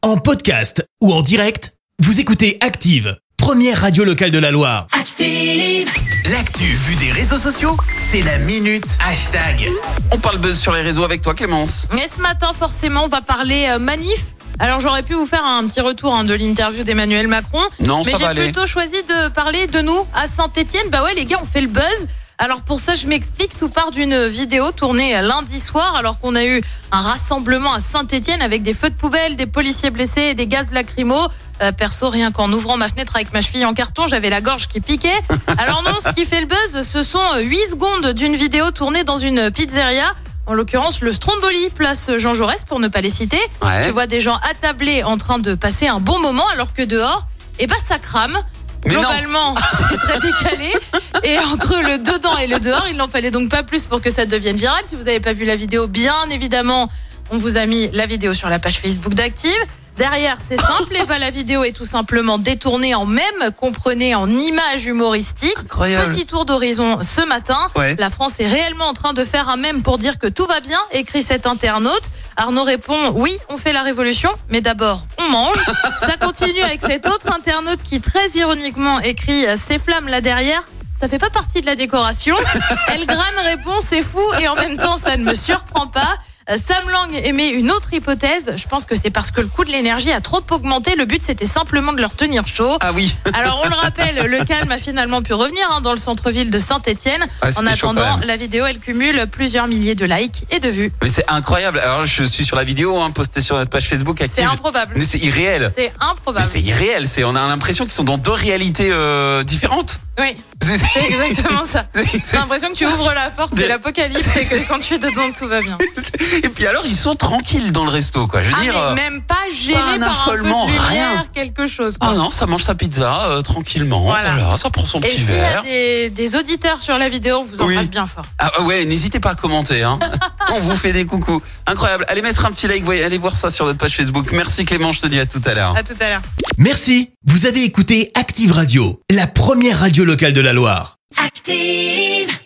En podcast ou en direct, vous écoutez Active, première radio locale de la Loire. Active. L'actu vue des réseaux sociaux, c'est la minute hashtag. On parle buzz sur les réseaux avec toi, Clémence. Et ce matin, forcément, on va parler manif. Alors, j'aurais pu vous faire un petit retour de l'interview d'Emmanuel Macron. Non, mais ça va j'ai aller. plutôt choisi de parler de nous à Saint-Etienne. Bah ouais, les gars, on fait le buzz. Alors pour ça, je m'explique. Tout part d'une vidéo tournée lundi soir, alors qu'on a eu un rassemblement à Saint-Etienne avec des feux de poubelle, des policiers blessés et des gaz lacrymaux. Perso, rien qu'en ouvrant ma fenêtre avec ma cheville en carton, j'avais la gorge qui piquait. Alors non, ce qui fait le buzz, ce sont 8 secondes d'une vidéo tournée dans une pizzeria. En l'occurrence, le Stromboli, place Jean Jaurès, pour ne pas les citer. Ouais. Tu vois des gens attablés en train de passer un bon moment, alors que dehors, ça crame. Mais Globalement, c'est très décalé. Et entre le dedans et le dehors, il n'en fallait donc pas plus pour que ça devienne viral. Si vous n'avez pas vu la vidéo, bien évidemment, on vous a mis la vidéo sur la page Facebook d'Active. Derrière, c'est simple, la vidéo est tout simplement détournée en mème, comprenez, en image humoristique. Incroyable. Petit tour d'horizon ce matin. Ouais. La France est réellement en train de faire un mème pour dire que tout va bien, écrit cet internaute. Arnaud répond, oui, on fait la révolution, mais d'abord, on mange. Ça continue avec cet autre internaute qui, très ironiquement, écrit, ces flammes là derrière, ça fait pas partie de la décoration. Elgram répond, c'est fou, et en même temps, ça ne me surprend pas. Sam Lang émet une autre hypothèse. Je pense que c'est parce que le coût de l'énergie a trop augmenté. Le but, c'était simplement de leur tenir chaud. Ah oui. Alors, on le rappelle, le calme a finalement pu revenir dans le centre-ville de Saint-Etienne. Ah, c'était En chaud quand attendant, même. la vidéo, elle cumule plusieurs milliers de likes et de vues. Mais c'est incroyable. Alors, je suis sur la vidéo, postée sur notre page Facebook Active. C'est improbable. Mais c'est irréel. C'est Mais improbable. c'est irréel. On a l'impression qu'ils sont dans deux réalités différentes. Oui, c'est exactement ça. J'ai l'impression que tu ouvres la porte de l'apocalypse et que quand tu es dedans, tout va bien. Et puis alors, ils sont tranquilles dans le resto, quoi. Je veux dire. Mais même pas gêné pas un par un peu affolement, de lumière, rien. quelque chose. Quoi. Ah non, ça mange sa pizza tranquillement. Voilà. Ça prend son Et petit s'il y verre. a des auditeurs sur la vidéo, on vous embrasse Oui. bien fort. Ah ouais, n'hésitez pas à commenter. On vous fait des coucous. Incroyable. Allez mettre un petit like, allez voir ça sur notre page Facebook. Merci Clément, je te dis à tout à l'heure. À tout à l'heure. Merci, vous avez écouté Active Radio, la première radio locale de la Loire. Active.